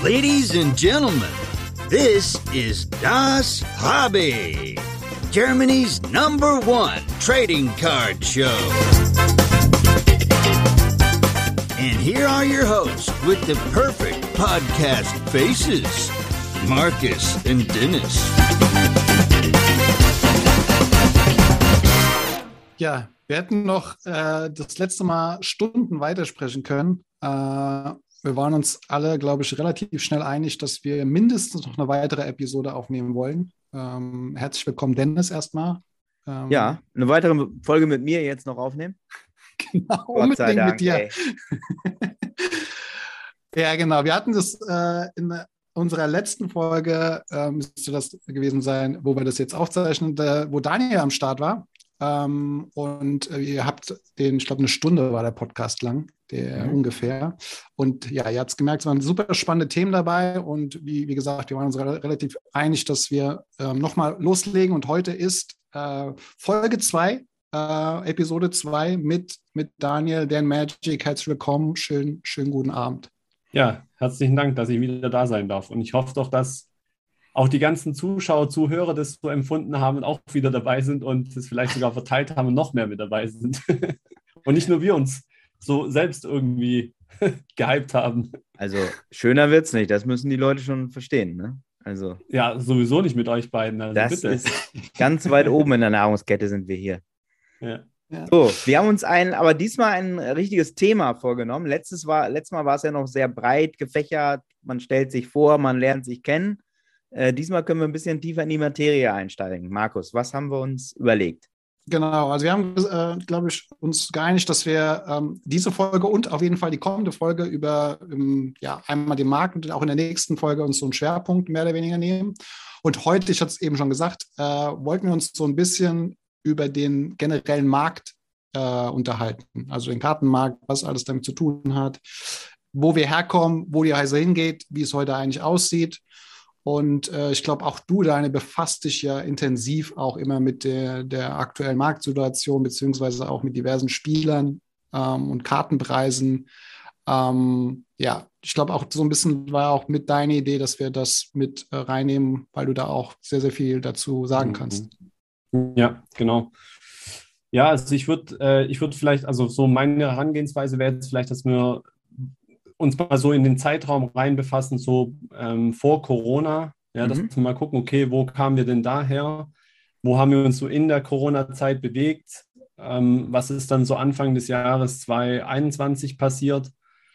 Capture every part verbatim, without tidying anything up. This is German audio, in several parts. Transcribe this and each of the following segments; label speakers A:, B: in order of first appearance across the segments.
A: Ladies and gentlemen, this is Das Hobby, Germany's number one trading card show. And here are your hosts with the perfect podcast faces, Marcus and Dennis.
B: Ja, wir hätten noch äh, das letzte Mal Stunden weitersprechen können. Äh, wir waren uns alle, glaube ich, relativ schnell einig, dass wir mindestens noch eine weitere Episode aufnehmen wollen. Ähm, herzlich willkommen, Dennis, erstmal.
C: Ähm, ja, eine weitere Folge mit mir jetzt noch aufnehmen?
B: Genau, unbedingt Dank, mit dir. Ja, genau. Wir hatten das äh, in unserer letzten Folge, äh, müsste das gewesen sein, wo wir das jetzt aufzeichnen, äh, wo Daniel am Start war. Ähm, und äh, ihr habt den, ich glaube, eine Stunde war der Podcast lang, der mhm. ungefähr. Und ja, ihr habt es gemerkt, es waren super spannende Themen dabei. Und wie, wie gesagt, wir waren uns re- relativ einig, dass wir ähm, nochmal loslegen. Und heute ist äh, Folge zwei, äh, Episode zwei mit, mit Daniel, Dan Magic. Herzlich willkommen, schön, schönen guten Abend.
D: Ja, herzlichen Dank, dass ich wieder da sein darf. Und ich hoffe doch, dass auch die ganzen Zuschauer, Zuhörer das so empfunden haben und auch wieder dabei sind und es vielleicht sogar verteilt haben und noch mehr mit dabei sind. Und nicht nur wir uns so selbst irgendwie gehypt haben.
C: Also schöner wird's nicht, das müssen die Leute schon verstehen, ne? Also
D: ja, sowieso nicht mit euch beiden. Also
C: das
D: bitte.
C: Ist ganz weit oben in der Nahrungskette sind wir hier.
D: Ja.
C: Ja. So, wir haben uns ein, aber diesmal ein richtiges Thema vorgenommen. Letztes, war, letztes Mal war es ja noch sehr breit gefächert. Man stellt sich vor, man lernt sich kennen. Äh, diesmal können wir ein bisschen tiefer in die Materie einsteigen. Markus, was haben wir uns überlegt?
B: Genau, also wir haben, äh, glaube ich, uns geeinigt, dass wir ähm, diese Folge und auf jeden Fall die kommende Folge über ähm, ja, einmal den Markt und auch in der nächsten Folge uns so einen Schwerpunkt mehr oder weniger nehmen. Und heute, ich hatte es eben schon gesagt, äh, wollten wir uns so ein bisschen über den generellen Markt äh, unterhalten. Also den Kartenmarkt, was alles damit zu tun hat, wo wir herkommen, wo die Reise hingeht, wie es heute eigentlich aussieht. Und äh, ich glaube, auch du, Daniel, befasst dich ja intensiv auch immer mit der, der aktuellen Marktsituation, beziehungsweise auch mit diversen Spielern ähm, und Kartenpreisen. Ähm, ja, ich glaube, auch so ein bisschen war auch mit deiner Idee, dass wir das mit äh, reinnehmen, weil du da auch sehr, sehr viel dazu sagen kannst.
D: Ja, genau. Ja, also ich würde äh, ich würd vielleicht, also so meine Herangehensweise wäre jetzt vielleicht, dass wir uns mal so in den Zeitraum rein befassen, so ähm, vor Corona, ja, dass mhm. wir mal gucken, okay, wo kamen wir denn daher? Wo haben wir uns so in der Corona-Zeit bewegt? Ähm, was ist dann so Anfang des Jahres zwanzig einundzwanzig passiert?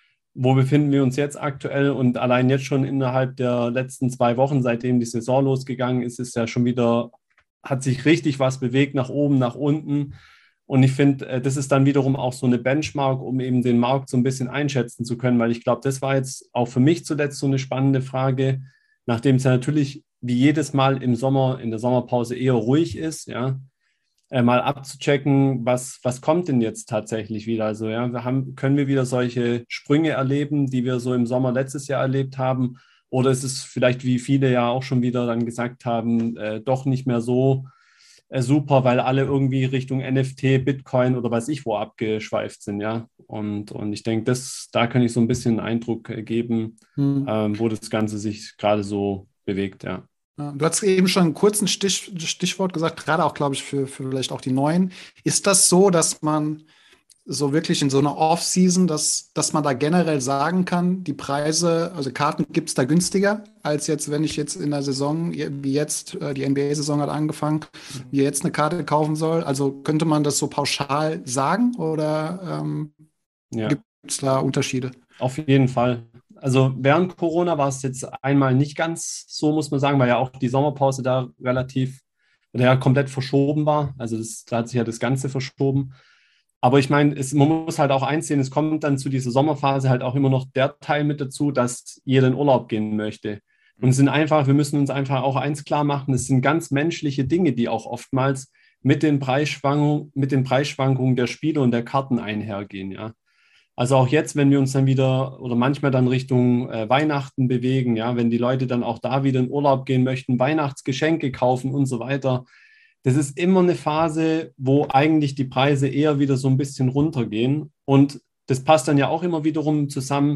D: Wo befinden wir uns jetzt aktuell? Und allein jetzt schon innerhalb der letzten zwei Wochen, seitdem die Saison losgegangen ist, ist ja schon wieder, hat sich richtig was bewegt, nach oben, nach unten. Und ich finde, das ist dann wiederum auch so eine Benchmark, um eben den Markt so ein bisschen einschätzen zu können, weil ich glaube, das war jetzt auch für mich zuletzt so eine spannende Frage, nachdem es ja natürlich wie jedes Mal im Sommer, in der Sommerpause eher ruhig ist, ja, äh, mal abzuchecken, was, was kommt denn jetzt tatsächlich wieder? Also ja, wir haben, können wir wieder solche Sprünge erleben, die wir so im Sommer letztes Jahr erlebt haben? Oder ist es vielleicht, wie viele ja auch schon wieder dann gesagt haben, äh, doch nicht mehr so super, weil alle irgendwie Richtung N F T, Bitcoin oder weiß ich wo abgeschweift sind, ja. Und, und ich denke, das, da kann ich so ein bisschen einen Eindruck geben, hm. ähm, wo das Ganze sich gerade so bewegt, ja.
B: Ja. Du hast eben schon einen kurzen Stich, Stichwort gesagt, gerade auch, glaube ich, für, für vielleicht auch die Neuen. Ist das so, dass man so wirklich in so einer Off-Season, dass, dass man da generell sagen kann, die Preise, also Karten gibt es da günstiger, als jetzt, wenn ich jetzt in der Saison, wie jetzt, die N B A-Saison hat angefangen, wie jetzt eine Karte kaufen soll? Also könnte man das so pauschal sagen oder ähm, ja. gibt es da Unterschiede?
D: Auf jeden Fall. Also während Corona war es jetzt einmal nicht ganz so, muss man sagen, weil ja auch die Sommerpause da relativ, ja, komplett verschoben war. Also das, da hat sich ja das Ganze verschoben. Aber ich meine, es, man muss halt auch einsehen, es kommt dann zu dieser Sommerphase halt auch immer noch der Teil mit dazu, dass jeder in Urlaub gehen möchte. Und es sind einfach, wir müssen uns einfach auch eins klar machen, es sind ganz menschliche Dinge, die auch oftmals mit den Preisschwankungen, mit den Preisschwankungen der Spiele und der Karten einhergehen, ja. Also auch jetzt, wenn wir uns dann wieder oder manchmal dann Richtung äh, Weihnachten bewegen, ja, wenn die Leute dann auch da wieder in Urlaub gehen möchten, Weihnachtsgeschenke kaufen und so weiter. Das ist immer eine Phase, wo eigentlich die Preise eher wieder so ein bisschen runtergehen. Und das passt dann ja auch immer wiederum zusammen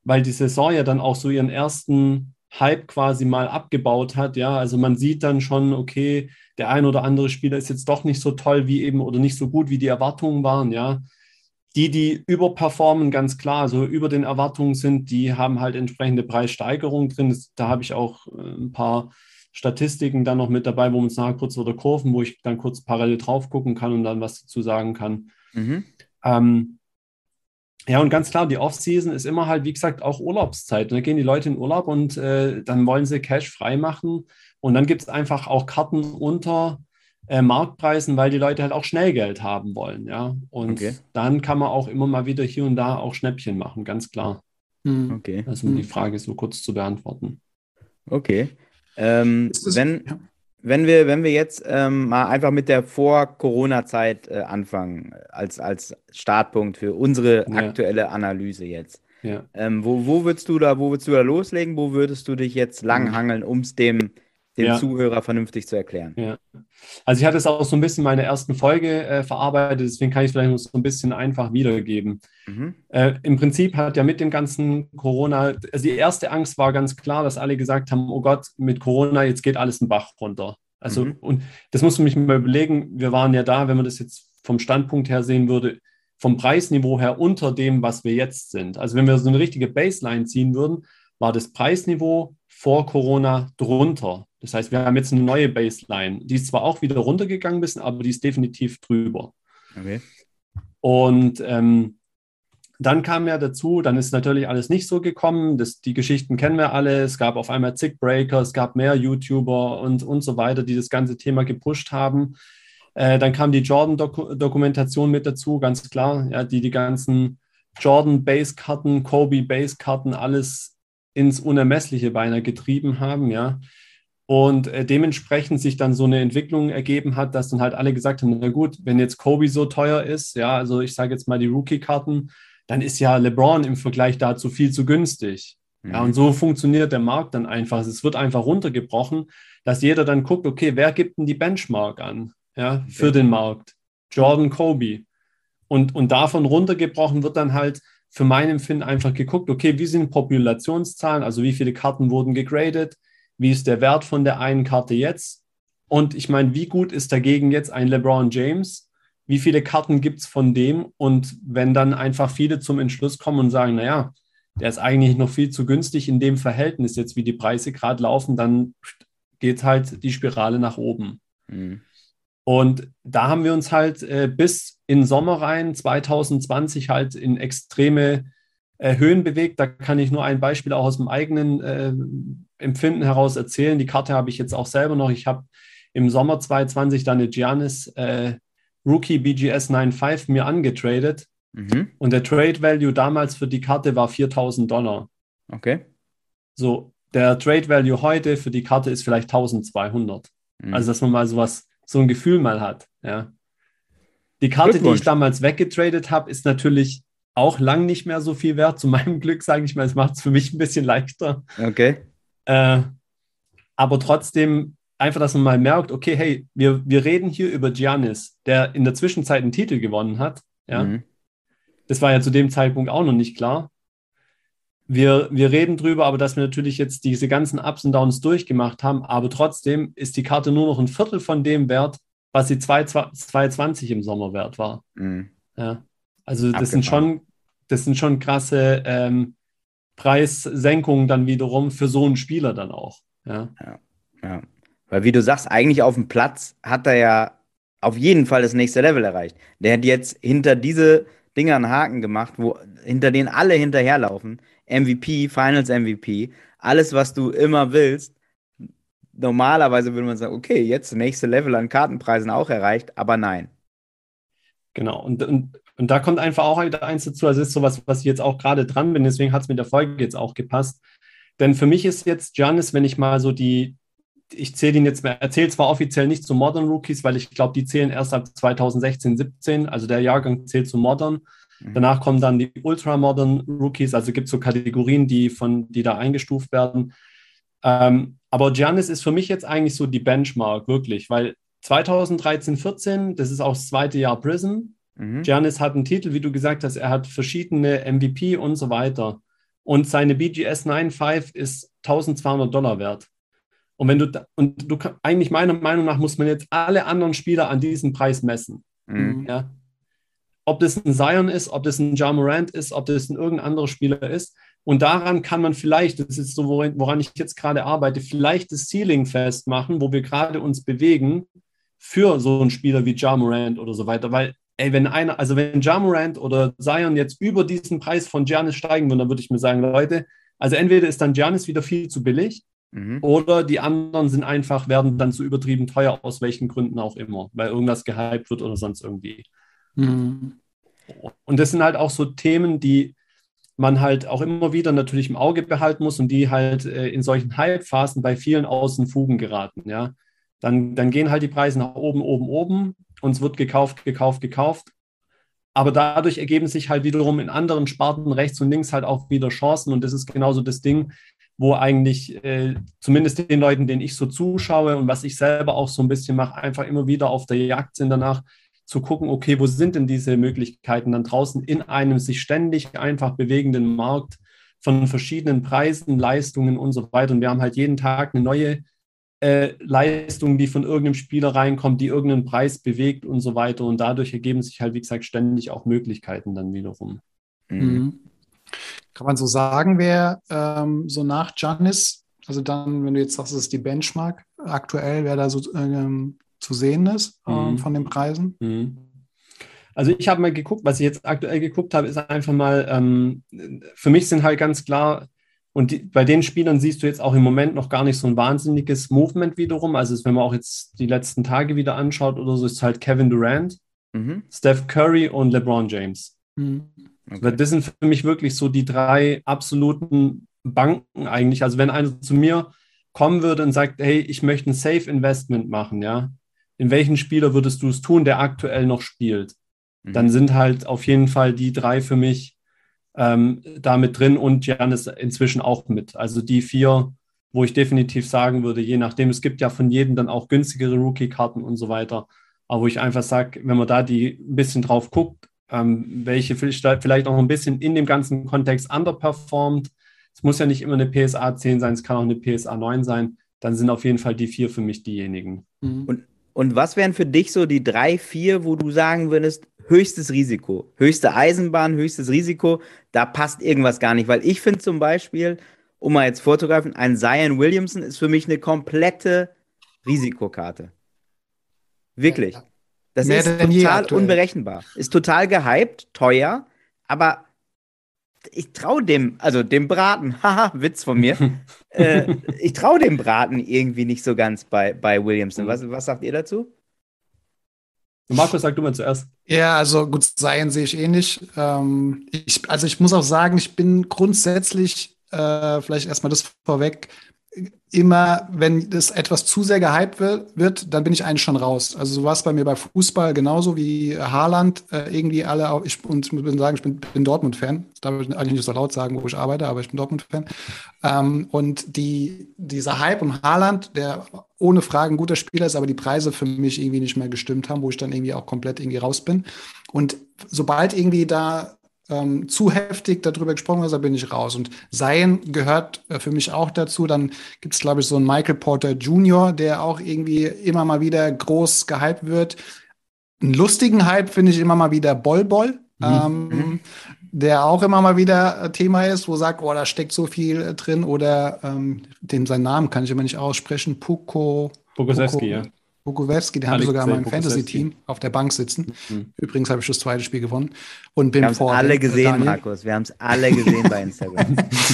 D: weil die Saison ja dann auch so ihren ersten Hype quasi mal abgebaut hat. Ja, also man sieht dann schon, okay, der ein oder andere Spieler ist jetzt doch nicht so toll wie eben oder nicht so gut, wie die Erwartungen waren. Ja, die, die überperformen, ganz klar, also über den Erwartungen sind, die haben halt entsprechende Preissteigerungen drin. Das, da habe ich auch äh, ein paar Statistiken dann noch mit dabei, wo man es nachher kurz oder Kurven, wo ich dann kurz parallel drauf gucken kann und dann was dazu sagen kann.
C: Mhm.
D: Ähm, ja, und ganz klar, die Off-Season ist immer halt, wie gesagt, auch Urlaubszeit. Da gehen die Leute in Urlaub und äh, dann wollen sie Cash frei machen. Und dann gibt es einfach auch Karten unter äh, Marktpreisen, weil die Leute halt auch Schnellgeld haben wollen. Ja, und
C: Okay.
D: dann kann man auch immer mal wieder hier und da auch Schnäppchen machen, ganz klar.
B: Hm.
C: Okay.
D: Also um
B: Hm.
D: die Frage so kurz zu beantworten.
C: Okay. Ähm,
B: Ist das-
C: wenn,
B: ja.
C: wenn wir, wenn wir jetzt ähm, mal einfach mit der Vor-Corona-Zeit äh, anfangen, als, als Startpunkt für unsere
D: Ja.
C: aktuelle Analyse jetzt.
D: Ja.
C: Ähm, wo, wo würdest du da, wo würdest du da loslegen? Wo würdest du dich jetzt langhangeln, um es dem, dem
D: Ja.
C: Zuhörer vernünftig zu erklären?
D: Ja, also ich hatte es auch so ein bisschen in meiner ersten Folge äh, verarbeitet, deswegen kann ich es vielleicht noch so ein bisschen einfach wiedergeben.
C: Mhm.
D: Äh, im Prinzip hat ja mit dem ganzen Corona, also die erste Angst war ganz klar, dass alle gesagt haben, oh Gott, mit Corona, jetzt geht alles den Bach runter. Also,
C: Mhm.
D: und das muss man mich mal überlegen, wir waren ja da, wenn man das jetzt vom Standpunkt her sehen würde, vom Preisniveau her unter dem, was wir jetzt sind. Also wenn wir so eine richtige Baseline ziehen würden, war das Preisniveau vor Corona drunter. Das heißt, wir haben jetzt eine neue Baseline. Die ist zwar auch wieder runtergegangen ein bisschen, aber die ist definitiv drüber.
C: Okay.
D: Und ähm, dann kam ja dazu, dann ist natürlich alles nicht so gekommen. Das, die Geschichten kennen wir alle. Es gab auf einmal zig Breaker, es gab mehr YouTuber und, und so weiter, die das ganze Thema gepusht haben. Äh, dann kam die Jordan-Dokumentation mit dazu, ganz klar, ja, die die ganzen Jordan-Base-Karten, Kobe-Base-Karten, alles ins Unermessliche beinahe getrieben haben, ja. Und äh, dementsprechend sich dann so eine Entwicklung ergeben hat, dass dann halt alle gesagt haben, na gut, wenn jetzt Kobe so teuer ist, ja, also ich sage jetzt mal die Rookie-Karten, dann ist ja LeBron im Vergleich dazu viel zu günstig.
C: Mhm.
D: Ja, und so funktioniert der Markt dann einfach. Es wird einfach runtergebrochen, dass jeder dann guckt, okay, wer gibt denn die Benchmark an, ja, für
C: Okay.
D: den Markt? Jordan, Kobe. Und, und davon runtergebrochen wird dann halt für mein Empfinden einfach geguckt, okay, wie sind Populationszahlen, also wie viele Karten wurden gegradet, wie ist der Wert von der einen Karte jetzt? Und ich meine, wie gut ist dagegen jetzt ein LeBron James? Wie viele Karten gibt es von dem? Und wenn dann einfach viele zum Entschluss kommen und sagen, naja, der ist eigentlich noch viel zu günstig in dem Verhältnis jetzt, wie die Preise gerade laufen, dann geht halt die Spirale nach oben.
C: Mhm.
D: Und da haben wir uns halt äh, bis in Sommer rein, zwanzig zwanzig, halt in extreme äh, Höhen bewegt. Da kann ich nur ein Beispiel auch aus dem eigenen äh, Empfinden heraus erzählen. Die Karte habe ich jetzt auch selber noch. Ich habe im Sommer zwanzig zwanzig dann eine Giannis äh, Rookie B G S fünfundneunzig mir angetradet.
C: Mhm.
D: Und der Trade Value damals für die Karte war viertausend Dollar.
C: Okay.
D: So, der Trade Value heute für die Karte ist vielleicht eintausendzweihundert.
C: Mhm.
D: Also, dass man mal sowas, so ein Gefühl mal hat. Ja. Die Karte, die
C: Glückwunsch.
D: ich damals weggetradet habe, ist natürlich auch lang nicht mehr so viel wert. Zu meinem Glück, sage ich mal, es macht es für mich ein bisschen leichter.
C: Okay.
D: Äh, aber trotzdem einfach, dass man mal merkt, okay, hey, wir, wir reden hier über Giannis, der in der Zwischenzeit einen Titel gewonnen hat. Ja.
C: Mhm.
D: Das war ja zu dem Zeitpunkt auch noch nicht klar. Wir, wir reden drüber, aber dass wir natürlich jetzt diese ganzen Ups und Downs durchgemacht haben, aber trotzdem ist die Karte nur noch ein Viertel von dem wert, was sie zwanzig zwanzig im Sommer wert war.
C: Mhm.
D: Ja. Also das sind
C: Abgefahren.
D: schon, das sind schon krasse ähm, Preissenkungen dann wiederum für so einen Spieler dann auch. Ja.
C: Ja. Weil wie du sagst, eigentlich auf dem Platz hat er ja auf jeden Fall das nächste Level erreicht. Der hat jetzt hinter diese Dinger einen Haken gemacht, wo, hinter denen alle hinterherlaufen. M V P, Finals M V P, alles, was du immer willst. Normalerweise würde man sagen, okay, jetzt das nächste Level an Kartenpreisen auch erreicht, aber nein.
D: Genau. Und, und, und da kommt einfach auch wieder eins dazu. Also es ist sowas, was ich jetzt auch gerade dran bin, deswegen hat es mit der Folge jetzt auch gepasst. Denn für mich ist jetzt Giannis, wenn ich mal so die, ich zähle ihn jetzt, erzähle zwar offiziell nicht zu Modern Rookies, weil ich glaube, die zählen erst ab zwanzig sechzehn, siebzehn, also der Jahrgang zählt zu Modern.
C: Mhm.
D: Danach kommen dann die Ultra-Modern Rookies, also gibt es so Kategorien, die, von, die da eingestuft werden. Ähm, aber Giannis ist für mich jetzt eigentlich so die Benchmark, wirklich, weil zwanzig dreizehn, vierzehn, das ist auch das zweite Jahr Prism.
C: Mhm.
D: Giannis hat einen Titel, wie du gesagt hast, er hat verschiedene M V P und so weiter. und seine B G S fünf ist tausendzweihundert Dollar wert. Und wenn du, da, und du eigentlich meiner Meinung nach muss man jetzt alle anderen Spieler an diesem Preis messen.
C: Mhm.
D: Ja? Ob das ein Zion ist, ob das ein Ja Morant ist, ob das ein irgendein anderer Spieler ist. Und daran kann man vielleicht, das ist so, woran, woran ich jetzt gerade arbeite, vielleicht das Ceiling festmachen, wo wir gerade uns bewegen für so einen Spieler wie Ja Morant oder so weiter. Weil, ey, wenn einer, also wenn Ja Morant oder Zion jetzt über diesen Preis von Giannis steigen würden, dann würde ich mir sagen, Leute, also entweder ist dann Giannis wieder viel zu billig,
C: Mhm.
D: oder die anderen sind einfach, werden dann zu übertrieben teuer, aus welchen Gründen auch immer, weil irgendwas gehypt wird oder sonst irgendwie.
B: Mhm.
D: Und das sind halt auch so Themen, die man halt auch immer wieder natürlich im Auge behalten muss und die halt äh, in solchen Hype-Phasen bei vielen außen Fugen geraten. Ja? Dann, dann gehen halt die Preise nach oben, oben, oben und es wird gekauft, gekauft, gekauft. Aber dadurch ergeben sich halt wiederum in anderen Sparten rechts und links halt auch wieder Chancen und das ist genauso das Ding, wo eigentlich äh, zumindest den Leuten, denen ich so zuschaue und was ich selber auch so ein bisschen mache, einfach immer wieder auf der Jagd sind danach, zu gucken, okay, wo sind denn diese Möglichkeiten dann draußen in einem sich ständig einfach bewegenden Markt von verschiedenen Preisen, Leistungen und so weiter. Und wir haben halt jeden Tag eine neue äh, Leistung, die von irgendeinem Spieler reinkommt, die irgendeinen Preis bewegt und so weiter. Und dadurch ergeben sich halt, wie gesagt, ständig auch Möglichkeiten dann wiederum.
B: Mhm. Kann man so sagen, wer ähm, so nach Giannis, also dann, wenn du jetzt sagst, es ist die Benchmark aktuell, wer da so ähm, zu sehen ist ähm,
D: Mhm.
B: von den Preisen?
D: Mhm. Also ich habe mal geguckt, was ich jetzt aktuell geguckt habe, ist einfach mal, ähm, für mich sind halt ganz klar, und die, bei den Spielern siehst du jetzt auch im Moment noch gar nicht so ein wahnsinniges Movement wiederum. Also wenn man auch jetzt die letzten Tage wieder anschaut oder so, ist halt Kevin Durant,
C: Mhm.
D: Steph Curry und LeBron James.
B: Mhm.
C: Okay.
D: Das sind für mich wirklich so die drei absoluten Banken eigentlich. Also wenn einer zu mir kommen würde und sagt, hey, ich möchte ein Safe-Investment machen, ja, in welchen Spieler würdest du es tun, der aktuell noch spielt?
C: Mhm.
D: Dann sind halt auf jeden Fall die drei für mich ähm, da mit drin und Giannis inzwischen auch mit. Also die vier, wo ich definitiv sagen würde, je nachdem, es gibt ja von jedem dann auch günstigere Rookie-Karten und so weiter, aber wo ich einfach sage, wenn man da die ein bisschen drauf guckt, ähm, welche vielleicht auch ein bisschen in dem ganzen Kontext underperformt, es muss ja nicht immer eine P S A zehn sein, es kann auch eine P S A neun sein, dann sind auf jeden Fall die vier für mich diejenigen.
B: Mhm.
C: Und, und was wären für dich so die drei, vier, wo du sagen würdest, höchstes Risiko, höchste Eisenbahn, höchstes Risiko, da passt irgendwas gar nicht, weil ich finde zum Beispiel, um mal jetzt vorzugreifen, ein Zion Williamson ist für mich eine komplette Risikokarte. Wirklich.
B: Ja.
C: Das
B: Mehr
C: ist
B: denn je
C: total
B: aktuell.
C: unberechenbar. Ist total gehypt, teuer, aber ich traue dem, also dem Braten, haha, Witz von mir, äh, ich traue dem Braten irgendwie nicht so ganz bei, bei Williamson. Was, was sagt ihr dazu?
D: Markus, sag du mal zuerst.
B: Ja, also gut, Zion sehe ich ähnlich. Ähm, ich, also ich muss auch sagen, ich bin grundsätzlich, äh, vielleicht erstmal das vorweg, immer, wenn das etwas zu sehr gehypt wird, wird, dann bin ich eigentlich schon raus. Also so war es bei mir bei Fußball genauso wie Haaland. Äh, irgendwie alle, auch, ich, und ich muss sagen, ich bin, bin Dortmund-Fan. Das darf ich eigentlich nicht so laut sagen, wo ich arbeite, aber ich bin Dortmund-Fan. Ähm, und die, dieser Hype um Haaland, der ohne Frage ein guter Spieler ist, aber die Preise für mich irgendwie nicht mehr gestimmt haben, wo ich dann irgendwie auch komplett irgendwie raus bin. Und sobald irgendwie da Ähm, zu heftig darüber gesprochen ist, da bin ich raus. Und Zion gehört äh, für mich auch dazu. Dann gibt es, glaube ich, so einen Michael Porter Junior, der auch irgendwie immer mal wieder groß gehypt wird. Einen lustigen Hype finde ich immer mal wieder Bol Bol,
D: Mhm.
B: ähm,
C: Mhm.
B: der auch immer mal wieder äh, Thema ist, wo sagt, oh, da steckt so viel äh, drin. Oder ähm, den, seinen Namen kann ich immer nicht aussprechen. Puko.
D: Bogusewski, ja.
B: Bogusewski, den habe ich
D: Alexei
B: sogar in meinem
D: Bogusewski.
B: Fantasy-Team auf der Bank sitzen.
D: Mhm.
B: Übrigens habe ich das zweite Spiel gewonnen und bin
C: Wir haben es
B: vor
C: alle
B: äh,
C: gesehen,
B: Daniel.
C: Markus. Wir haben es alle gesehen bei Instagram.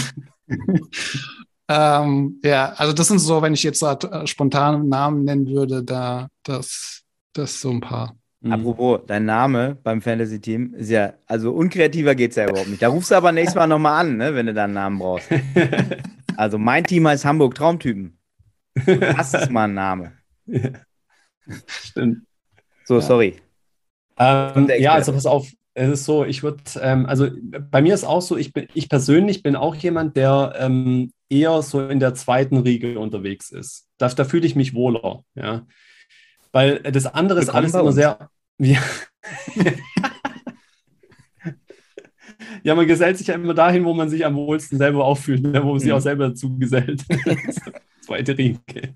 B: ähm, ja, also das sind so, wenn ich jetzt äh, spontan Namen nennen würde, da das, das so ein paar.
D: Mhm.
C: Apropos, dein Name beim Fantasy-Team ist ja, also unkreativer geht es ja überhaupt nicht. Da rufst du aber nächstes Mal nochmal an, ne, wenn du da einen Namen brauchst. Also mein Team heißt Hamburg Traumtypen. Das ist mal ein Name.
D: Ja. Stimmt.
C: So,
B: Ja.
C: sorry.
D: Ähm,
C: der
D: ja,
C: Experte.
D: also pass auf, es ist so, ich würde, ähm, also bei mir ist auch so, ich bin, ich persönlich bin auch jemand, der ähm, eher so in der zweiten Riege unterwegs ist. Da, da fühle ich mich wohler, ja. Weil das andere ist
C: Willkommen
D: alles
C: bei
D: immer
C: uns.
D: sehr, ja. Ja, man gesellt sich ja immer dahin, wo man sich am wohlsten selber auffühlt, ne? Wo man sich
C: Mhm.
D: auch selber dazu gesellt. Zweite Riege.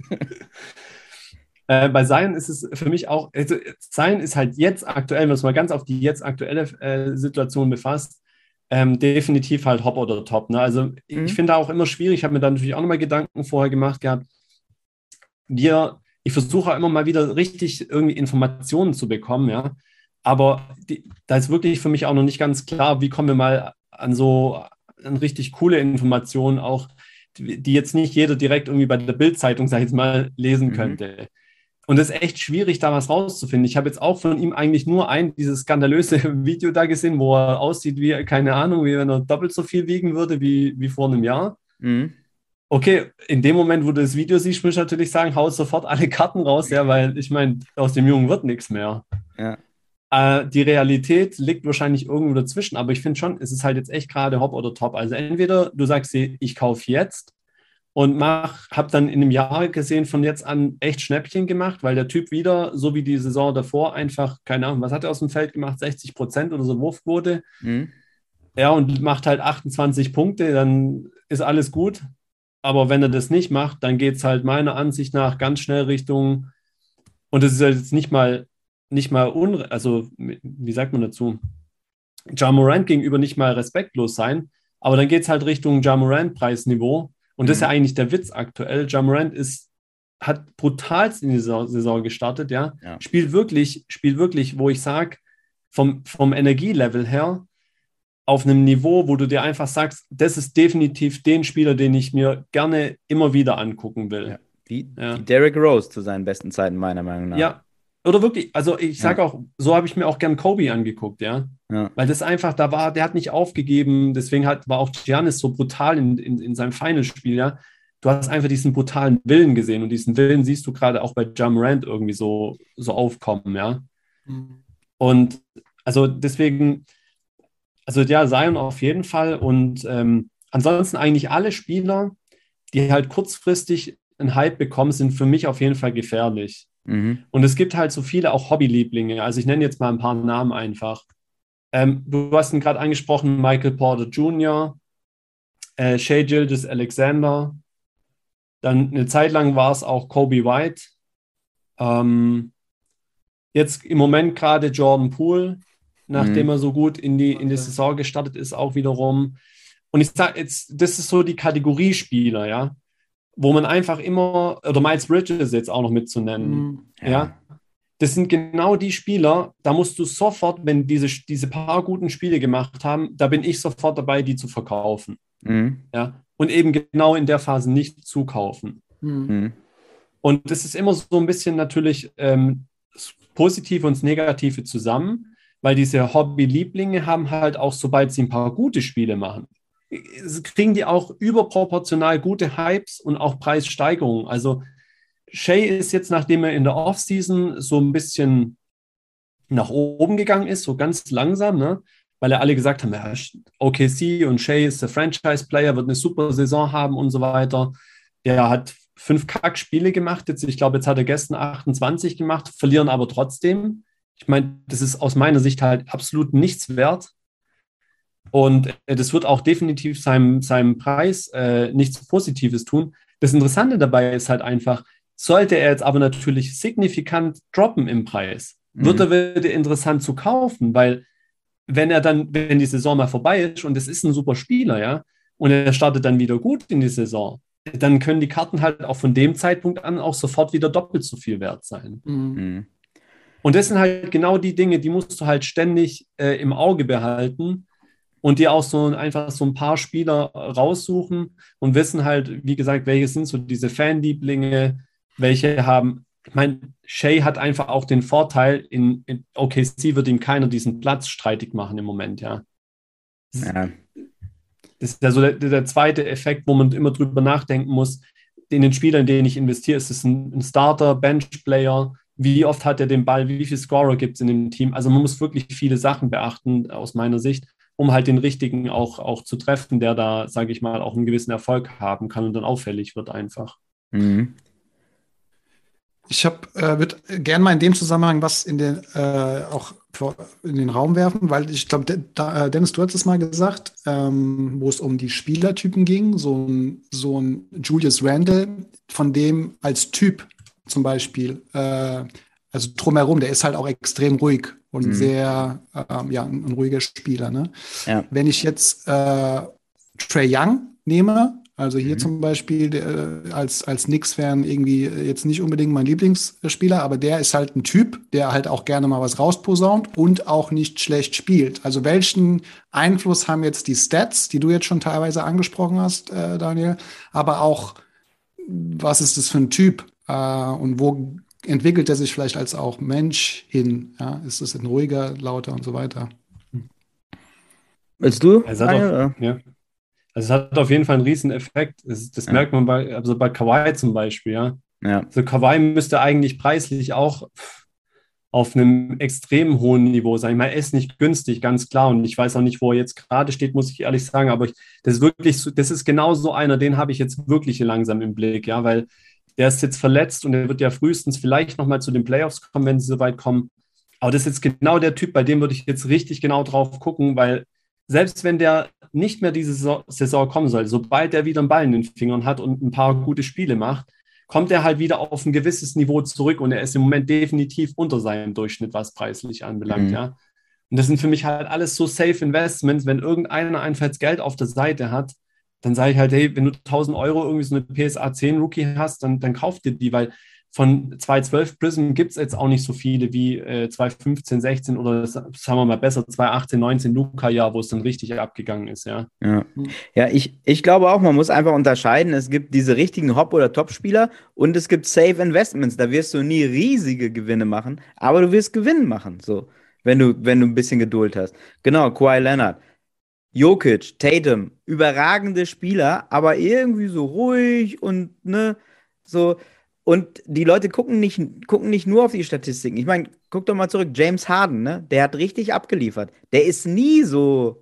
D: Äh, bei Zion ist es für mich auch, also Zion ist halt jetzt aktuell, wenn man es mal ganz auf die jetzt aktuelle äh, Situation befasst, ähm, definitiv halt Hop oder Top. Ne? Also ich,
C: Mhm.
D: ich finde auch immer schwierig, ich habe mir da natürlich auch nochmal Gedanken vorher gemacht gehabt, wir, ich versuche immer mal wieder richtig irgendwie Informationen zu bekommen, ja, aber die, da ist wirklich für mich auch noch nicht ganz klar, wie kommen wir mal an so an richtig coole Informationen auch, die, die jetzt nicht jeder direkt irgendwie bei der Bild-Zeitung, sag ich jetzt mal, lesen
C: Mhm.
D: könnte. Und es ist echt schwierig, da was rauszufinden. Ich habe jetzt auch von ihm eigentlich nur ein, dieses skandalöse Video da gesehen, wo er aussieht wie, keine Ahnung, wie wenn er doppelt so viel wiegen würde wie, wie vor einem Jahr.
C: Mhm.
D: Okay, in dem Moment, wo du das Video siehst, muss ich natürlich sagen, hau sofort alle Karten raus, ja, weil ich meine, aus dem Jungen wird nichts mehr.
C: Ja.
D: Äh, die Realität liegt wahrscheinlich irgendwo dazwischen, aber ich finde schon, es ist halt jetzt echt gerade Hop oder Top. Also entweder du sagst dir, ich kaufe jetzt und mach, habe dann in einem Jahr gesehen, von jetzt an echt Schnäppchen gemacht, weil der Typ wieder, so wie die Saison davor, einfach, keine Ahnung, was hat er aus dem Feld gemacht, sechzig Prozent oder so Wurfquote.
C: Mhm.
D: Ja, und macht halt achtundzwanzig Punkte, dann ist alles gut. Aber wenn er das nicht macht, dann geht es halt meiner Ansicht nach ganz schnell Richtung, und das ist ja jetzt nicht mal, nicht mal, unre also wie sagt man dazu, Ja Morant gegenüber nicht mal respektlos sein, aber dann geht es halt Richtung Ja Morant-Preisniveau. Und das ist ja eigentlich der Witz aktuell. Ja Morant ist, hat brutalst in die Saison, Saison gestartet, ja.
C: Ja.
D: Spielt wirklich, spielt wirklich, wo ich sage, vom, vom Energielevel her, auf einem Niveau, wo du dir einfach sagst, das ist definitiv den Spieler, den ich mir gerne immer wieder angucken will.
C: Ja. Wie,
D: Ja.
C: wie Derrick Rose zu seinen besten Zeiten, meiner Meinung nach.
D: Ja, oder wirklich, also ich sage
C: Ja.
D: auch, so habe ich mir auch gern Kobe angeguckt, ja.
C: Ja.
D: Weil das einfach, da war, der hat nicht aufgegeben, deswegen hat, war auch Giannis so brutal in, in, in seinem Finalspiel, ja. Du hast einfach diesen brutalen Willen gesehen und diesen Willen siehst du gerade auch bei Ja Morant irgendwie so, so aufkommen, ja.
B: Mhm.
D: Und also deswegen, also ja, Zion auf jeden Fall und ähm, ansonsten eigentlich alle Spieler, die halt kurzfristig einen Hype bekommen, sind für mich auf jeden Fall gefährlich.
C: Mhm.
D: Und es gibt halt so viele auch Hobbylieblinge. Also ich nenne jetzt mal ein paar Namen einfach. Ähm, du hast ihn gerade angesprochen, Michael Porter Junior, äh, Shai Gilgeous-Alexander. Dann eine Zeit lang war es auch Kobe White. Ähm, jetzt im Moment gerade Jordan Poole, nachdem
C: Mhm.
D: er so gut in die, in die Saison gestartet ist, auch wiederum. Und ich sage jetzt, das ist so die Kategorie Spieler, ja, wo man einfach immer, oder Miles Bridges jetzt auch noch mitzunennen,
B: Mhm.
D: ja.
C: Ja.
D: Das sind genau die Spieler, da musst du sofort, wenn diese, diese paar guten Spiele gemacht haben, da bin ich sofort dabei, die zu verkaufen.
C: Mhm.
D: Ja? Und eben genau in der Phase nicht zukaufen.
B: Mhm.
C: Mhm.
D: Und das ist immer so ein bisschen natürlich ähm, das Positive und das Negative zusammen, weil diese Hobby-Lieblinge haben halt auch, sobald sie ein paar gute Spiele machen, kriegen die auch überproportional gute Hypes und auch Preissteigerungen. Also Shai ist jetzt, nachdem er in der Offseason so ein bisschen nach oben gegangen ist, so ganz langsam, ne? Weil ja alle gesagt haben, ja, O K C und Shai ist der Franchise-Player, wird eine super Saison haben und so weiter. Der hat fünf Kack-Spiele gemacht. Jetzt, ich glaube, jetzt hat er gestern achtundzwanzig gemacht, verlieren aber trotzdem. Ich meine, das ist aus meiner Sicht halt absolut nichts wert. Und äh, das wird auch definitiv seinem, seinem Preis äh, nichts Positives tun. Das Interessante dabei ist halt einfach, sollte er jetzt aber natürlich signifikant droppen im Preis,
C: Mhm.
D: wird er wieder interessant zu kaufen, weil wenn er dann, wenn die Saison mal vorbei ist und es ist ein super Spieler, ja, und er startet dann wieder gut in die Saison, dann können die Karten halt auch von dem Zeitpunkt an auch sofort wieder doppelt so viel wert sein.
B: Mhm.
C: Mhm.
D: Und das sind halt genau die Dinge, die musst du halt ständig äh, im Auge behalten und dir auch so einfach so ein paar Spieler raussuchen und wissen halt, wie gesagt, welche sind so diese Fanlieblinge, welche haben, ich meine, Shai hat einfach auch den Vorteil, in, in O K C wird ihm keiner diesen Platz streitig machen im Moment, ja.
C: Ja.
D: Das ist ja so der, der zweite Effekt, wo man immer drüber nachdenken muss, in den Spielern, in denen ich investiere, ist es ein, ein Starter, Bench-Player, wie oft hat er den Ball, wie viele Scorer gibt es in dem Team, also man muss wirklich viele Sachen beachten, aus meiner Sicht, um halt den richtigen auch, auch zu treffen, der da, sage ich mal, auch einen gewissen Erfolg haben kann und dann auffällig wird einfach.
C: Mhm.
B: Ich habe äh, würde gerne mal in dem Zusammenhang was in den äh, auch vor, in den Raum werfen, weil ich glaube, De da, Dennis, du hast es mal gesagt, ähm, wo es um die Spielertypen ging, so ein, so ein Julius Randle, von dem als Typ zum Beispiel, äh, also drumherum, der ist halt auch extrem ruhig und
C: Mhm.
B: sehr, ähm, ja, ein, ein ruhiger Spieler. Ne?
C: Ja.
B: Wenn ich jetzt äh, Trae Young nehme, also hier
C: Mhm.
B: zum Beispiel äh, als, als Knicks-Fan irgendwie jetzt nicht unbedingt mein Lieblingsspieler, aber der ist halt ein Typ, der halt auch gerne mal was rausposaunt und auch nicht schlecht spielt. Also welchen Einfluss haben jetzt die Stats, die du jetzt schon teilweise angesprochen hast, äh, Daniel, aber auch, was ist das für ein Typ äh, und wo entwickelt er sich vielleicht als auch Mensch hin? Ja? Ist es ein ruhiger, lauter und so weiter?
C: Willst du?
D: Es hat
C: Daniel,
D: auf,
C: oder?
D: ja. Also es hat auf jeden Fall einen riesen Effekt. Das, das
C: Ja.
D: merkt man bei, also bei Kawhi zum Beispiel, ja.
C: Ja.
D: Also Kawhi müsste eigentlich preislich auch auf einem extrem hohen Niveau sein. Ich meine, er ist nicht günstig, ganz klar. Und ich weiß auch nicht, wo er jetzt gerade steht, muss ich ehrlich sagen. Aber ich, das ist wirklich, so, das ist genau so einer, den habe ich jetzt wirklich langsam im Blick, ja, weil der ist jetzt verletzt und er wird ja frühestens vielleicht nochmal zu den Playoffs kommen, wenn sie so weit kommen. Aber das ist jetzt genau der Typ, bei dem würde ich jetzt richtig genau drauf gucken, weil selbst wenn der nicht mehr diese Saison kommen soll, sobald er wieder einen Ball in den Fingern hat und ein paar gute Spiele macht, kommt er halt wieder auf ein gewisses Niveau zurück und er ist im Moment definitiv unter seinem Durchschnitt, was preislich anbelangt,
C: Mhm.
D: ja. Und das sind für mich halt alles so safe Investments. Wenn irgendeiner einfach jetzt Geld auf der Seite hat, dann sage ich halt, hey, wenn du tausend Euro irgendwie so eine P S A zehn Rookie hast, dann, dann kauf dir die, weil von zwei zwölf Prism gibt es jetzt auch nicht so viele wie äh, zwei fünfzehn, sechzehn oder sagen wir mal besser zwei achtzehn, neunzehn Luca-Jahr, wo es dann richtig abgegangen ist, ja.
C: Ja,
B: Mhm.
C: ja ich, ich glaube auch, man muss einfach unterscheiden. Es gibt diese richtigen Hop- oder Top-Spieler und es gibt Safe Investments. Da wirst du nie riesige Gewinne machen, aber du wirst Gewinn machen, so, wenn du, wenn du ein bisschen Geduld hast. Genau, Kawhi Leonard, Jokic, Tatum, überragende Spieler, aber irgendwie so ruhig und ne, so. Und die Leute gucken nicht, gucken nicht nur auf die Statistiken. Ich meine, guck doch mal zurück, James Harden, ne? Der hat richtig abgeliefert. Der ist nie so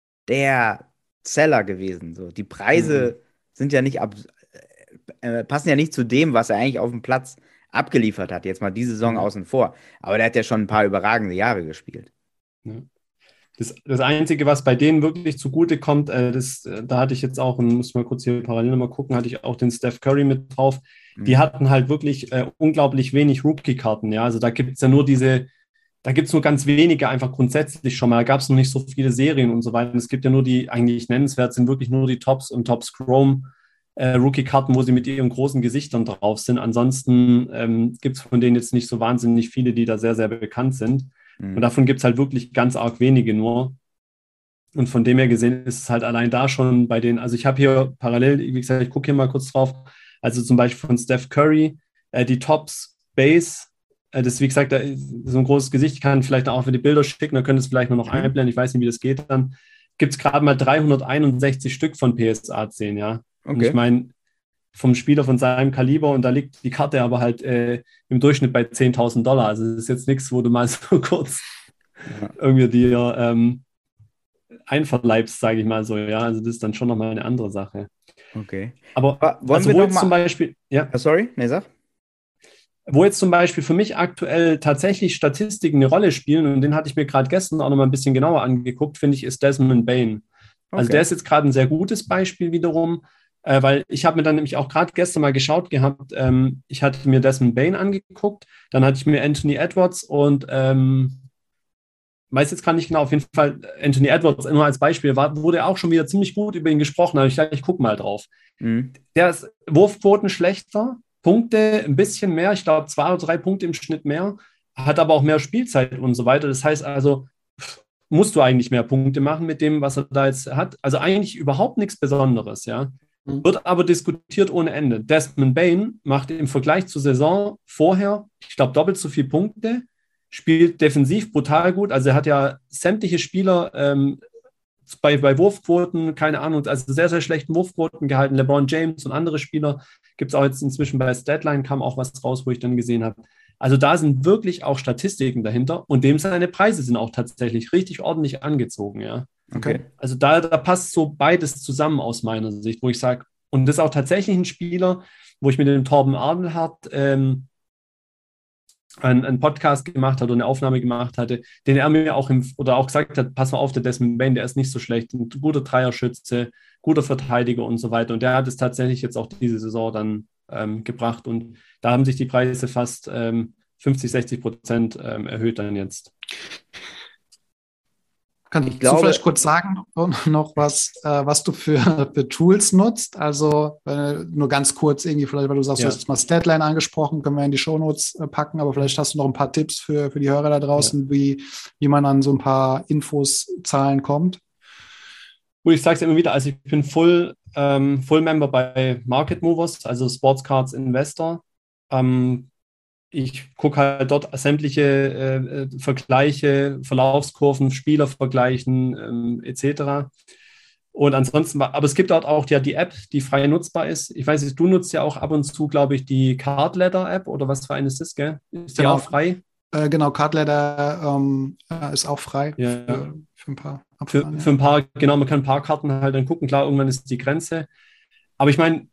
C: der Seller gewesen. So. Die Preise sind ja nicht ab, äh, passen ja nicht zu dem, was er eigentlich auf dem Platz abgeliefert hat. Jetzt mal diese Saison
D: Mhm.
C: außen vor. Aber der hat ja schon ein paar überragende Jahre gespielt.
D: Ja. Das, das Einzige, was bei denen wirklich zugute kommt, äh, das, äh, da hatte ich jetzt auch, und muss mal kurz hier parallel mal gucken, hatte ich auch den Steph Curry mit drauf. Die
C: Mhm.
D: hatten halt wirklich äh, unglaublich wenig Rookie-Karten. Ja? Also da gibt es ja nur diese, da gibt es nur ganz wenige einfach grundsätzlich schon mal. Da gab es noch nicht so viele Serien und so weiter. Es gibt ja nur die, eigentlich nennenswert sind wirklich nur die Tops und Tops Chrome äh, Rookie-Karten, wo sie mit ihren großen Gesichtern drauf sind. Ansonsten ähm, gibt es von denen jetzt nicht so wahnsinnig viele, die da sehr, sehr bekannt sind.
C: Mhm.
D: Und davon gibt es halt wirklich ganz arg wenige nur. Und von dem her gesehen ist es halt allein da schon bei den, also ich habe hier parallel, wie gesagt, ich gucke hier mal kurz drauf, also zum Beispiel von Steph Curry, äh, die Tops Base, äh, das ist wie gesagt, da ist so ein großes Gesicht, ich kann vielleicht auch für die Bilder schicken, da könnt ihr es vielleicht nur noch
C: Mhm.
D: einblenden, ich weiß nicht, wie das geht dann, gibt es gerade mal dreihunderteinundsechzig Stück von P S A zehn, ja. Und
C: Okay.
D: ich meine, vom Spieler von seinem Kaliber und da liegt die Karte aber halt äh, im Durchschnitt bei zehntausend Dollar. Also das ist jetzt nichts, wo du mal so kurz
C: Ja.
D: irgendwie dir ähm, einverleibst, sage ich mal so. Ja, also das ist dann schon nochmal eine andere Sache.
C: Okay.
D: Aber
C: Aber wollen
D: also
C: wir
D: wo
C: noch
D: jetzt
C: mal-
D: zum Beispiel, ja,
C: Ah, sorry, nee, sag.
D: wo jetzt zum Beispiel für mich aktuell tatsächlich Statistiken eine Rolle spielen, und den hatte ich mir gerade gestern auch nochmal ein bisschen genauer angeguckt, finde ich, ist Desmond Bane. Also
C: Okay.
D: der ist jetzt gerade ein sehr gutes Beispiel wiederum, äh, weil ich habe mir dann nämlich auch gerade gestern mal geschaut gehabt, ähm, ich hatte mir Desmond Bane angeguckt, dann hatte ich mir Anthony Edwards und ähm, weiß jetzt gar nicht genau, auf jeden Fall Anthony Edwards nur als Beispiel, war, wurde auch schon wieder ziemlich gut über ihn gesprochen, aber ich dachte, ich gucke mal drauf.
C: Mhm.
D: Der ist Wurfquoten schlechter, Punkte ein bisschen mehr, ich glaube zwei oder drei Punkte im Schnitt mehr, hat aber auch mehr Spielzeit und so weiter. Das heißt also, musst du eigentlich mehr Punkte machen mit dem, was er da jetzt hat. Also eigentlich überhaupt nichts Besonderes, ja.
B: Mhm.
D: Wird aber diskutiert ohne Ende. Desmond Bane macht im Vergleich zur Saison vorher, ich glaube, doppelt so viele Punkte, spielt defensiv brutal gut. Also er hat ja sämtliche Spieler ähm, bei, bei Wurfquoten, keine Ahnung, also sehr, sehr schlechten Wurfquoten gehalten. LeBron James und andere Spieler gibt es auch jetzt inzwischen bei Statline, kam auch was raus, wo ich dann gesehen habe. Also da sind wirklich auch Statistiken dahinter und dem seine Preise sind auch tatsächlich richtig ordentlich angezogen, ja.
C: Okay.
D: Also da, da passt so beides zusammen aus meiner Sicht, wo ich sage, und das ist auch tatsächlich ein Spieler, wo ich mit dem Torben Adelhardt ähm, einen, einen Podcast gemacht hat oder eine Aufnahme gemacht hatte, den er mir auch im, oder auch gesagt hat, pass mal auf, der Desmond Bane, der ist nicht so schlecht, ein guter Dreierschütze, guter Verteidiger und so weiter. Und der hat es tatsächlich jetzt auch diese Saison dann ähm, gebracht. Und da haben sich die Preise fast ähm, fünfzig, sechzig Prozent ähm, erhöht dann jetzt.
B: Kannst
C: Ich
B: du
C: glaube-
B: vielleicht kurz sagen noch, was, äh, was du für, für Tools nutzt? Also äh, nur ganz kurz irgendwie, vielleicht, weil du sagst,
D: Ja.
B: du hast jetzt mal Statline angesprochen, können wir in die Shownotes äh, packen, aber vielleicht hast du noch ein paar Tipps für, für die Hörer da draußen, wie, wie man an so ein paar Infos, Zahlen kommt.
D: Gut, ich sage es immer wieder, also ich bin Full, ähm, Full Member bei Market Movers, also Sports Cards Investor. Ähm, ich gucke halt dort sämtliche äh, Vergleiche, Verlaufskurven, Spieler vergleichen, ähm, et cetera. Und ansonsten, aber es gibt dort auch ja die App, die frei nutzbar ist. Ich weiß nicht, du nutzt ja auch ab und zu, glaube ich, die Card Ladder App oder was für eine ist das, gell? Ist die
B: Genau.
D: auch frei?
B: Äh, genau, Cardladder ähm, äh, ist auch frei
D: Ja.
B: für, für ein paar
D: Für,
B: Abfahren,
D: für
B: ja.
D: ein paar, genau, man kann ein paar Karten halt dann gucken. Klar, irgendwann ist die Grenze. Aber ich meine,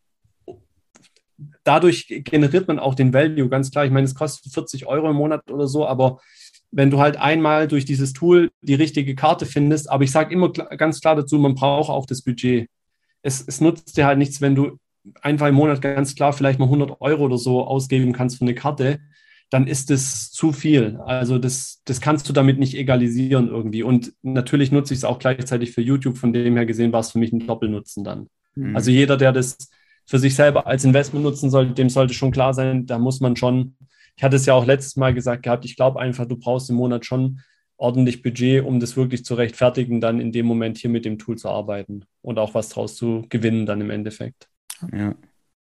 D: dadurch generiert man auch den Value, ganz klar. Ich meine, es kostet vierzig Euro im Monat oder so, aber wenn du halt einmal durch dieses Tool die richtige Karte findest, aber ich sage immer klar, ganz klar dazu, man braucht auch das Budget. Es, es nutzt dir halt nichts, wenn du einfach im Monat ganz klar vielleicht mal hundert Euro oder so ausgeben kannst für eine Karte, dann ist das zu viel. Also das, das kannst du damit nicht egalisieren irgendwie. Und natürlich nutze ich es auch gleichzeitig für YouTube, von dem her gesehen war es für mich ein Doppelnutzen dann.
C: Mhm.
D: Also jeder, der das für sich selber als Investment nutzen sollte, dem sollte schon klar sein, da muss man schon, ich hatte es ja auch letztes Mal gesagt gehabt, ich glaube einfach, du brauchst im Monat schon ordentlich Budget, um das wirklich zu rechtfertigen, dann in dem Moment hier mit dem Tool zu arbeiten und auch was draus zu gewinnen dann im Endeffekt.
C: Ja.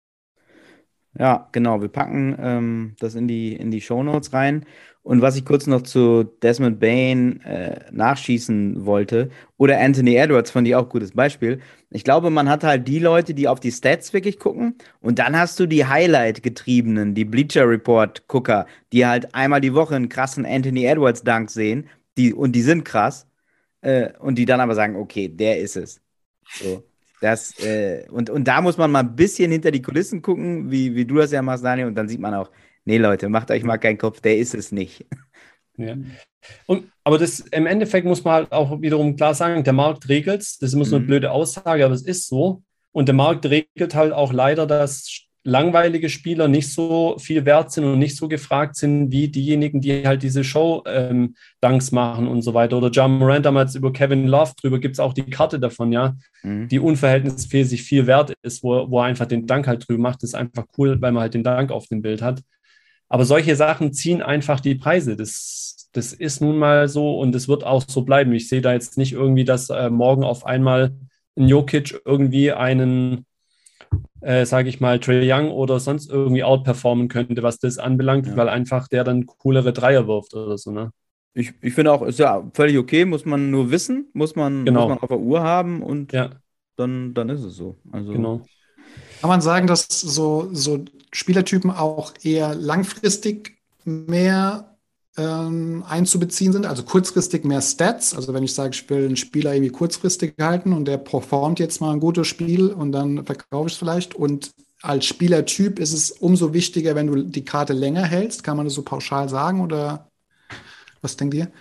C: Ja, genau. Wir packen ähm, das in die, in die Shownotes rein. Und was ich kurz noch zu Desmond Bane äh, nachschießen wollte, oder Anthony Edwards, fand ich auch ein gutes Beispiel. Ich glaube, man hat halt die Leute, die auf die Stats wirklich gucken, und dann hast du die Highlight-Getriebenen, die Bleacher Report-Gucker, die halt einmal die Woche einen krassen Anthony Edwards-Dunk sehen, die, und die sind krass, äh, und die dann aber sagen, okay, der ist es. So. Das, äh, und, und da muss man mal ein bisschen hinter die Kulissen gucken, wie, wie du das ja machst, Daniel, und dann sieht man auch, nee, Leute, macht euch mal keinen Kopf, der ist es nicht.
D: Ja. Und, aber das im Endeffekt muss man halt auch wiederum klar sagen, der Markt regelt es. Das ist immer so eine
C: Mhm.
D: blöde Aussage, aber es ist so. Und der Markt regelt halt auch leider, dass langweilige Spieler nicht so viel wert sind und nicht so gefragt sind wie diejenigen, die halt diese Show-Dunks ähm, machen und so weiter. Oder Ja Morant damals über Kevin Love drüber, gibt es auch die Karte davon, ja,
C: Mhm.
D: die unverhältnismäßig viel wert ist, wo, wo er einfach den Dunk halt drüber macht. Das ist einfach cool, weil man halt den Dunk auf dem Bild hat. Aber solche Sachen ziehen einfach die Preise. Das, das ist nun mal so und es wird auch so bleiben. Ich sehe da jetzt nicht irgendwie, dass äh, morgen auf einmal ein Jokic irgendwie einen, äh, sage ich mal, Trae Young oder sonst irgendwie outperformen könnte, was das anbelangt,
C: Ja.
D: weil einfach der dann coolere Dreier wirft oder so, ne?
C: Ich, ich finde auch, ist ja völlig okay, muss man nur wissen, muss man,
D: Genau.
C: muss man auf der Uhr haben und
D: Ja,
C: dann, dann ist es so. Also,
D: genau.
B: Kann man sagen, dass so, so Spielertypen auch eher langfristig mehr ähm, einzubeziehen sind, also kurzfristig mehr Stats. Also wenn ich sage, ich will einen Spieler irgendwie kurzfristig halten und der performt jetzt mal ein gutes Spiel und dann verkaufe ich es vielleicht. Und als Spielertyp ist es umso wichtiger, wenn du die Karte länger hältst. Kann man das so pauschal sagen oder was denkt ihr?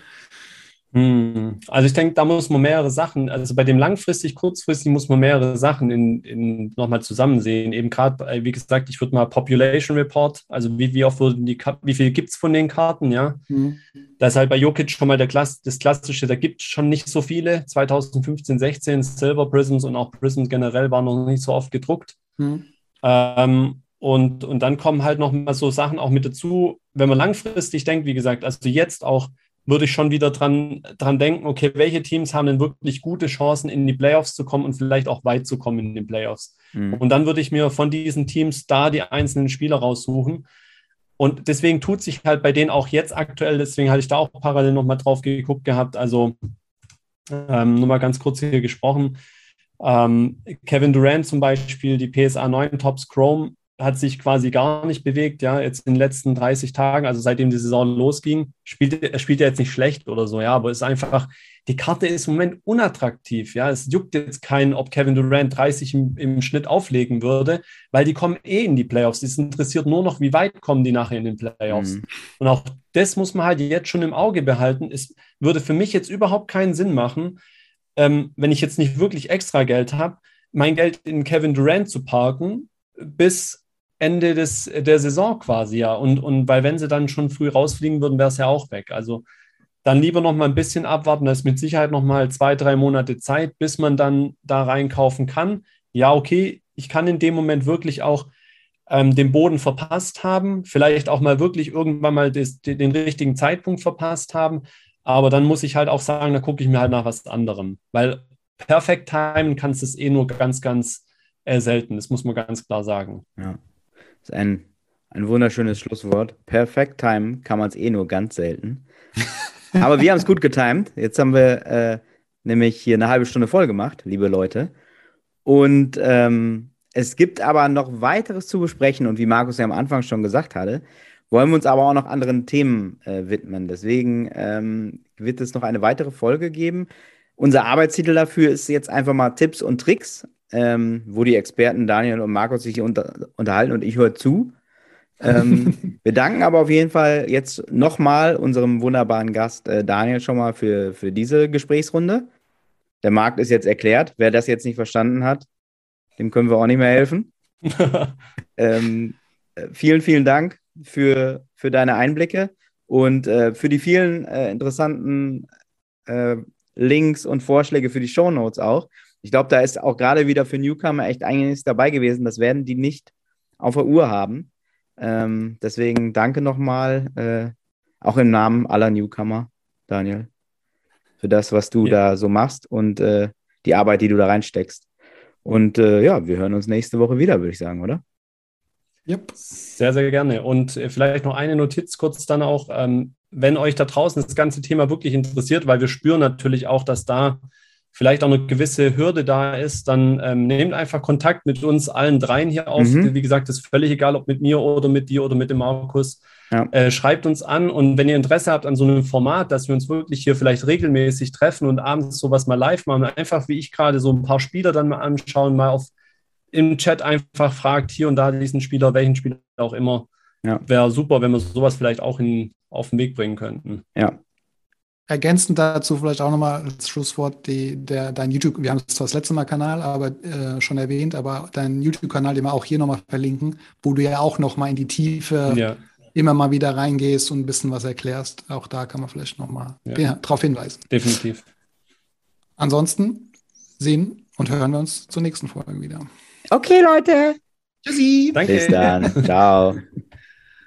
D: Hm. Also ich denke, da muss man mehrere Sachen, also bei dem langfristig, kurzfristig muss man mehrere Sachen in, in nochmal zusammen sehen. Eben gerade, wie gesagt, ich würde mal Population Report, also wie, wie oft wurden die Karten, wie viel gibt es von den Karten, ja?
B: Mhm.
D: Da ist halt bei Jokic schon mal der Klass, das Klassische, da gibt es schon nicht so viele. zwanzig fünfzehn, sechzehn Silver Prisms und auch Prisms generell waren noch nicht so oft gedruckt.
B: Mhm.
D: Ähm, und, und dann kommen halt noch mal so Sachen auch mit dazu, wenn man langfristig denkt, wie gesagt, also jetzt auch würde ich schon wieder dran, dran denken, okay, welche Teams haben denn wirklich gute Chancen, in die Playoffs zu kommen und vielleicht auch weit zu kommen in den Playoffs.
C: Mhm.
D: Und dann würde ich mir von diesen Teams da die einzelnen Spieler raussuchen. Und deswegen tut sich halt bei denen auch jetzt aktuell, deswegen hatte ich da auch parallel nochmal drauf geguckt gehabt, also ähm, nur mal ganz kurz hier gesprochen, ähm, Kevin Durant zum Beispiel, die P S A neun Topps Chrome, hat sich quasi gar nicht bewegt, ja, jetzt in den letzten dreißig Tagen, also seitdem die Saison losging, spielt er spielt er jetzt nicht schlecht oder so, ja, aber es ist einfach, die Karte ist im Moment unattraktiv, ja, es juckt jetzt keinen, ob Kevin Durant dreißig im, im Schnitt auflegen würde, weil die kommen eh in die Playoffs, es interessiert nur noch, wie weit kommen die nachher in den Playoffs. Mhm. Und auch das muss man halt jetzt schon im Auge behalten, es würde für mich jetzt überhaupt keinen Sinn machen, ähm, wenn ich jetzt nicht wirklich extra Geld habe, mein Geld in Kevin Durant zu parken, bis Ende des, der Saison quasi, ja. Und, und weil wenn sie dann schon früh rausfliegen würden, wäre es ja auch weg. Also dann lieber noch mal ein bisschen abwarten. Da ist mit Sicherheit noch mal zwei, drei Monate Zeit, bis man dann da reinkaufen kann. Ja, okay, ich kann in dem Moment wirklich auch ähm, den Boden verpasst haben, vielleicht auch mal wirklich irgendwann mal des, den richtigen Zeitpunkt verpasst haben. Aber dann muss ich halt auch sagen, da gucke ich mir halt nach was anderem. Weil perfekt timen kannst du es eh nur ganz, ganz äh, selten. Das muss man ganz klar sagen.
C: Ja. Das ist ein, ein wunderschönes Schlusswort. Perfekt timen kann man es eh nur ganz selten. Aber wir haben es gut getimt. Jetzt haben wir äh, nämlich hier eine halbe Stunde voll gemacht, liebe Leute. Und ähm, es gibt aber noch weiteres zu besprechen. Und wie Markus ja am Anfang schon gesagt hatte, wollen wir uns aber auch noch anderen Themen äh, widmen. Deswegen ähm, wird es noch eine weitere Folge geben. Unser Arbeitstitel dafür ist jetzt einfach mal Tipps und Tricks. Ähm, wo die Experten Daniel und Markus sich unter, unterhalten und ich höre zu. Ähm, wir danken aber auf jeden Fall jetzt nochmal unserem wunderbaren Gast äh, Daniel schon mal für, für diese Gesprächsrunde. Der Markt ist jetzt erklärt. Wer das jetzt nicht verstanden hat, dem können wir auch nicht mehr helfen. ähm, äh, vielen, vielen Dank für, für deine Einblicke und äh, für die vielen äh, interessanten äh, Links und Vorschläge für die Shownotes auch. Ich glaube, da ist auch gerade wieder für Newcomer echt einiges dabei gewesen. Das werden die nicht auf der Uhr haben. Ähm, deswegen danke nochmal, äh, auch im Namen aller Newcomer, Daniel, für das, was du ja. da so machst und äh, die Arbeit, die du da reinsteckst. Und äh, ja, wir hören uns nächste Woche wieder, würde ich sagen, oder?
D: Yep. Sehr, sehr gerne. Und äh, vielleicht noch eine Notiz kurz dann auch, ähm, wenn euch da draußen das ganze Thema wirklich interessiert, weil wir spüren natürlich auch, dass da vielleicht auch eine gewisse Hürde da ist, dann ähm, nehmt einfach Kontakt mit uns allen dreien hier auf. Mhm. Wie gesagt, das ist völlig egal, ob mit mir oder mit dir oder mit dem Markus. Ja. Äh, schreibt uns an und wenn ihr Interesse habt an so einem Format, dass wir uns wirklich hier vielleicht regelmäßig treffen und abends sowas mal live machen, einfach wie ich gerade so ein paar Spieler dann mal anschauen, mal auf im Chat einfach fragt, hier und da diesen Spieler, welchen Spieler auch immer. Ja. Wäre super, wenn wir sowas vielleicht auch in, auf den Weg bringen könnten.
C: Ja.
B: Ergänzend dazu vielleicht auch nochmal als Schlusswort, die, der, dein YouTube, wir haben es zwar das letzte Mal Kanal, aber äh, schon erwähnt, aber dein YouTube-Kanal, den wir auch hier nochmal verlinken, wo du ja auch nochmal in die Tiefe ja. immer mal wieder reingehst und ein bisschen was erklärst. Auch da kann man vielleicht nochmal ja. drauf hinweisen.
D: Definitiv.
B: Ansonsten sehen und hören wir uns zur nächsten Folge wieder.
C: Okay, Leute.
B: Tschüssi.
C: Danke. Bis dann. Ciao.